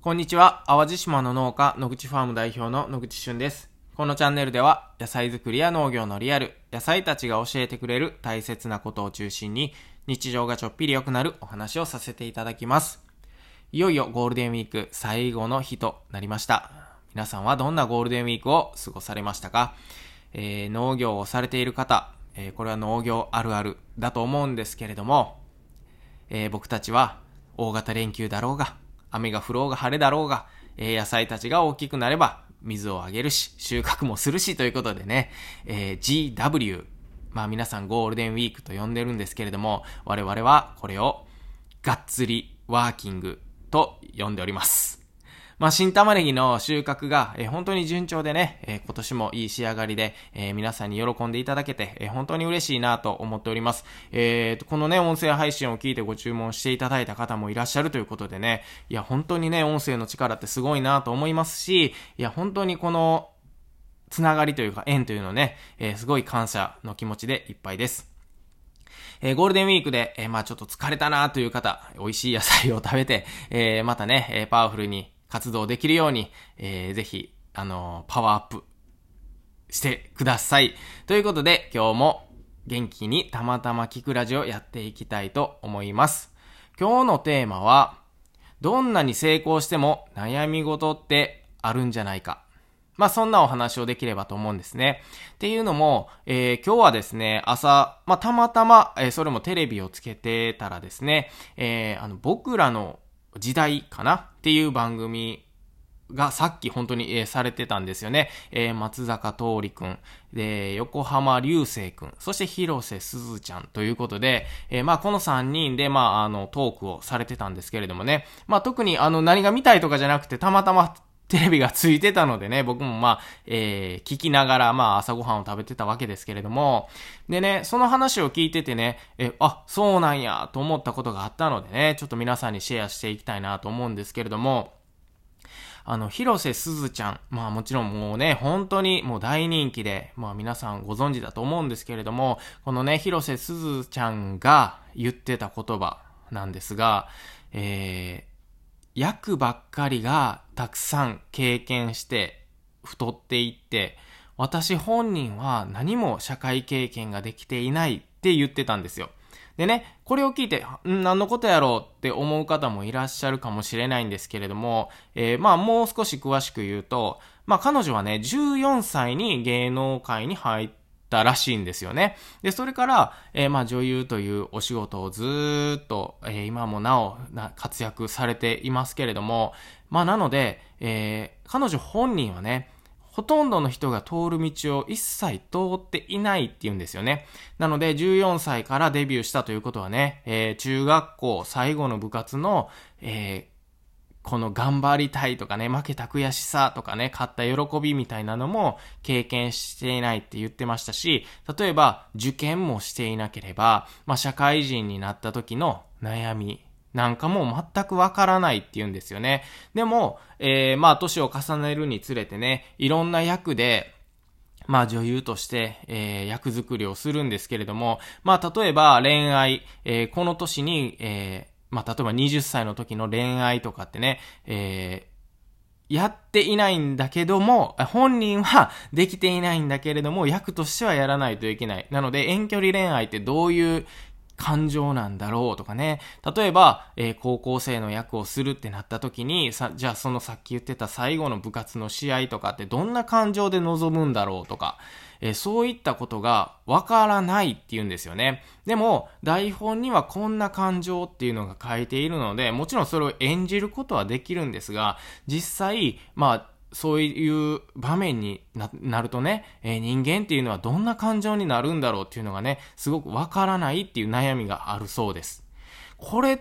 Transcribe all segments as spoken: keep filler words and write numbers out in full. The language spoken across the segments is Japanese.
こんにちは。淡路島の農家、野口ファーム代表の野口俊です。このチャンネルでは、野菜作りや農業のリアル、野菜たちが教えてくれる大切なことを中心に、日常がちょっぴり良くなるお話をさせていただきます。いよいよゴールデンウィーク最後の日となりました。皆さんはどんなゴールデンウィークを過ごされましたか？えー、農業をされている方、えー、これは農業あるあるだと思うんですけれども、えー、僕たちは大型連休だろうが、雨が降ろうが晴れだろうが、えー、野菜たちが大きくなれば水をあげるし、収穫もするしということでね、えー、ジーダブリュー、まあ皆さんゴールデンウィークと呼んでるんですけれども、我々はこれをがっつりワーキングと呼んでおります。まあ新玉ねぎの収穫が、えー、本当に順調でね、えー、今年もいい仕上がりで、えー、皆さんに喜んでいただけて、えー、本当に嬉しいなと思っております。えーと、このね、音声配信を聞いてご注文していただいた方もいらっしゃるということでね、いや本当にね、音声の力ってすごいなと思いますし、いや本当にこのつながりというか縁というのね、えー、すごい感謝の気持ちでいっぱいです。えー、ゴールデンウィークで、えー、まあちょっと疲れたなという方、美味しい野菜を食べて、えー、またね、えー、パワフルに活動できるように、えー、ぜひ、あのー、パワーアップしてください。ということで、今日も元気にたまたま聞くラジオやっていきたいと思います。今日のテーマは、どんなに成功しても悩み事ってあるんじゃないか。まあそんなお話をできればと思うんですね。っていうのも、えー、今日はですね、朝、まあたまたま、えー、それもテレビをつけてたらですね、えー、あの僕らの時代かなっていう番組がさっき本当に、えー、されてたんですよね。えー、松坂桃李くん、で、横浜流星くん、そして広瀬すずちゃんということで、えー、まあこのさんにんで、まああのトークをされてたんですけれどもね。まあ特にあの何が見たいとかじゃなくて、たまたまテレビがついてたのでね、僕もまあ、えー、聞きながら、まあ朝ごはんを食べてたわけですけれども、でね、その話を聞いててね、え、あ、そうなんや、と思ったことがあったのでね、ちょっと皆さんにシェアしていきたいなと思うんですけれども、あの、広瀬すずちゃん、まあもちろんもうね、本当にもう大人気で、まあ皆さんご存知だと思うんですけれども、このね、広瀬すずちゃんが言ってた言葉なんですが、えー、役ばっかりがたくさん経験して太っていって、私本人は何も社会経験ができていないって言ってたんですよ。でね、これを聞いて、ん何のことやろうって思う方もいらっしゃるかもしれないんですけれども、えー、まあもう少し詳しく言うと、まあ彼女はね、じゅうよんさいに芸能界に入ったらしいんですよね。で、それから、えー、まあ女優というお仕事をずーっと、えー、今もなおな活躍されていますけれども、まあなので、えー、彼女本人はね、ほとんどの人が通る道を一切通っていないっていうんですよね。なのでじゅうよんさいからデビューしたということはね、えー、中学校最後の部活の、えーこの頑張りたいとかね、負けた悔しさとかね、勝った喜びみたいなのも経験していないって言ってましたし、例えば受験もしていなければ、まあ社会人になった時の悩みなんかも全くわからないって言うんですよね。でも、えー、まあ年を重ねるにつれてね、いろんな役で、まあ女優として、えー、役作りをするんですけれども、まあ例えば恋愛、えー、この年に、えーまあ、例えばはたちの時の恋愛とかってね、えー、やっていないんだけども、本人はできていないんだけれども、役としてはやらないといけない。なので、遠距離恋愛ってどういう感情なんだろうとかね。例えば、えー、高校生の役をするってなった時に、さ、じゃあそのさっき言ってた最後の部活の試合とかってどんな感情で臨むんだろうとか、えー、そういったことがわからないって言うんですよね。でも、台本にはこんな感情っていうのが書いているので、もちろんそれを演じることはできるんですが、実際、まあ、そういう場面に な, なるとね、えー、人間っていうのはどんな感情になるんだろうっていうのがね、すごくわからないっていう悩みがあるそうです。これって、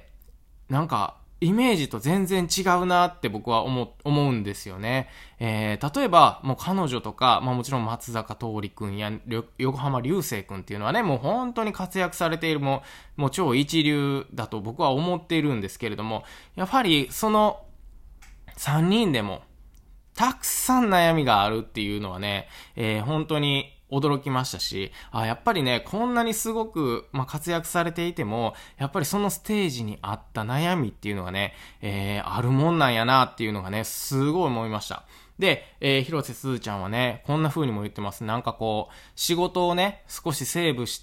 なんか、イメージと全然違うなって僕は思、思うんですよね。えー、例えば、もう彼女とか、まあもちろん松坂桃李くんや横浜流星くんっていうのはね、もう本当に活躍されているもう、もう超一流だと僕は思っているんですけれども、やはりそのさんにんでも、たくさん悩みがあるっていうのはね、えー、本当に驚きましたし、あ、やっぱりね、こんなにすごく、まあ、活躍されていても、やっぱりそのステージにあった悩みっていうのがね、えー、あるもんなんやなっていうのがね、すごい思いました。で、えー、広瀬すずちゃんはね、こんな風にも言ってます。なんかこう、仕事をね、少しセーブして、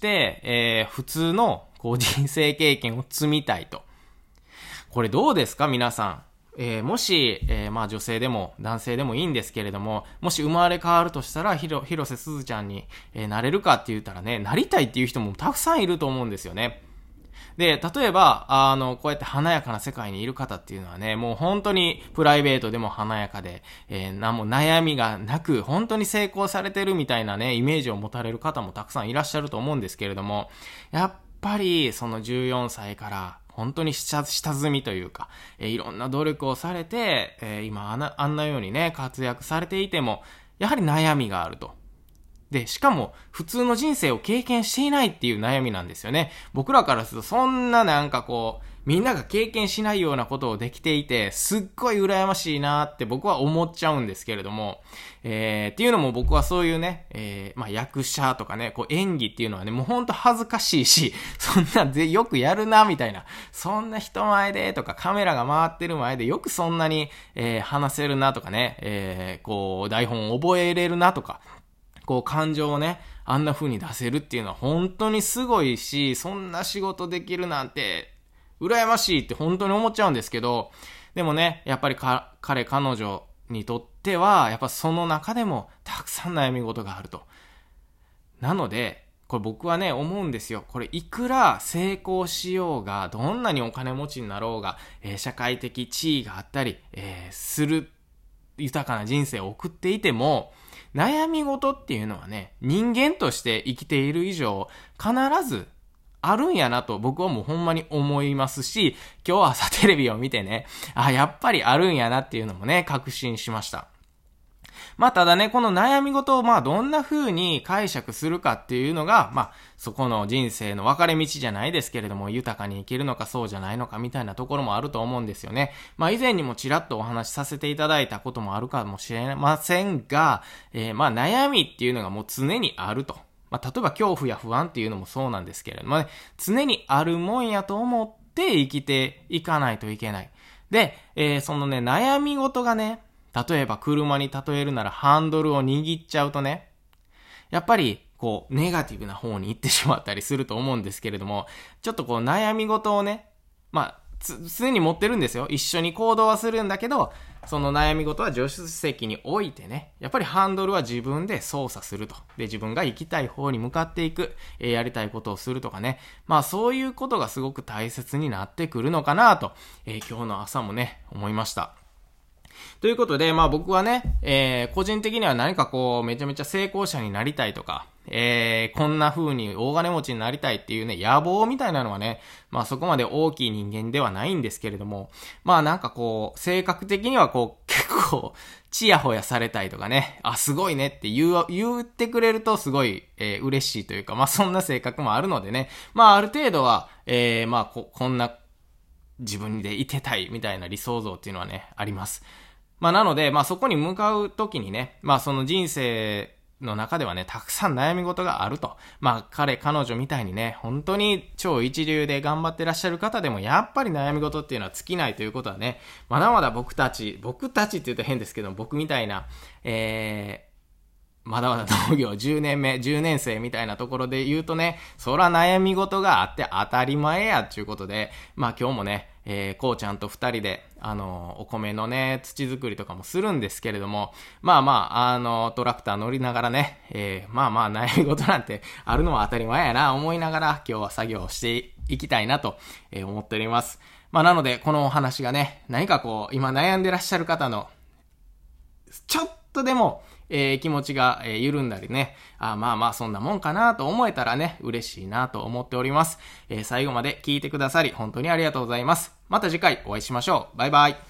えー、普通の、こう、人生経験を積みたいと。これどうですか皆さん。えー、もし、えー、まあ女性でも男性でもいいんですけれども、もし生まれ変わるとしたら、ひろ、広瀬すずちゃんに、えー、なれるかって言ったらね、なりたいっていう人もたくさんいると思うんですよね。で、例えば、あの、こうやって華やかな世界にいる方っていうのはね、もう本当にプライベートでも華やかで、えー、なんも悩みがなく、本当に成功されてるみたいなね、イメージを持たれる方もたくさんいらっしゃると思うんですけれども、やっぱり、そのじゅうよんさいから、本当に下、下積みというか、えー、いろんな努力をされて、えー、今あんな、あんなようにね、活躍されていても、やはり悩みがあると。で、しかも、普通の人生を経験していないっていう悩みなんですよね。僕らからすると、そんななんかこう、みんなが経験しないようなことをできていて、すっごい羨ましいなって僕は思っちゃうんですけれども、えー、っていうのも僕はそういうね、えー、まあ役者とかね、こう演技っていうのはね、もうほんと恥ずかしいし、そんなぜよくやるな、みたいな。そんな人前でとかカメラが回ってる前でよくそんなに、えー、話せるなとかね、えー、こう台本を覚えれるなとか、こう感情をね、あんな風に出せるっていうのは本当にすごいし、そんな仕事できるなんて、羨ましいって本当に思っちゃうんですけど、でもね、やっぱりか彼彼女にとっては、やっぱその中でもたくさん悩み事があると。なので、これ僕はね、思うんですよ。これいくら成功しようが、どんなにお金持ちになろうが、えー、社会的地位があったり、えー、する、豊かな人生を送っていても、悩み事っていうのはね、人間として生きている以上、必ずあるんやなと僕はもうほんまに思いますし、今日朝テレビを見てね、あ、やっぱりあるんやなっていうのもね、確信しました。まあただね、この悩み事をまあどんな風に解釈するかっていうのが、まあそこの人生の分かれ道じゃないですけれども、豊かに生きるのかそうじゃないのかみたいなところもあると思うんですよね。まあ以前にもちらっとお話しさせていただいたこともあるかもしれませんが、えー、まあ悩みっていうのがもう常にあると。まあ例えば恐怖や不安っていうのもそうなんですけれどもね、常にあるもんやと思って生きていかないといけない。で、えー、そのね、悩み事がね、例えば車に例えるならハンドルを握っちゃうとね、やっぱりこうネガティブな方に行ってしまったりすると思うんですけれども、ちょっとこう悩み事をね、まあつ常に持ってるんですよ。一緒に行動はするんだけど、その悩み事は助手席に置いてね、やっぱりハンドルは自分で操作すると。で、自分が行きたい方に向かっていく、えー、やりたいことをするとかね。まあそういうことがすごく大切になってくるのかなと、えー、今日の朝もね、思いました。ということで、まあ僕はね、えー、個人的には何かこう、めちゃめちゃ成功者になりたいとか、えー、こんな風に大金持ちになりたいっていうね、野望みたいなのはね、まあそこまで大きい人間ではないんですけれども、まあなんかこう、性格的にはこう、結構、チヤホヤされたいとかね、あ、すごいねって言う、言ってくれるとすごい、えー、嬉しいというか、まあそんな性格もあるのでね、まあある程度は、えー、まあこ、こんな自分でいてたいみたいな理想像っていうのはね、あります。まあなので、まあそこに向かうときにね、まあその人生の中ではね、たくさん悩み事があると。まあ彼、彼女みたいにね、本当に超一流で頑張ってらっしゃる方でも、やっぱり悩み事っていうのは尽きないということはね、まだまだ僕たち、僕たちって言うと変ですけど、僕みたいな、えー、まだまだ農業じゅうねんめ、じゅうねん生みたいなところで言うとね、そら悩み事があって当たり前やっていうことで、まあ今日もね、えー、こうちゃんと二人で、あのー、お米のね、土作りとかもするんですけれども、まあまあ、あのー、トラクター乗りながらね、えー、まあまあ悩み事なんてあるのは当たり前やな、思いながら今日は作業をしていきたいなと、えー、思っております。まあなので、このお話がね、何かこう、今悩んでらっしゃる方の、ちょっとでも、えー、気持ちが、えー、緩んだりね、あまあまあそんなもんかなと思えたらね、嬉しいなと思っております。えー、最後まで聞いてくださり本当にありがとうございます。また次回お会いしましょう。バイバイ。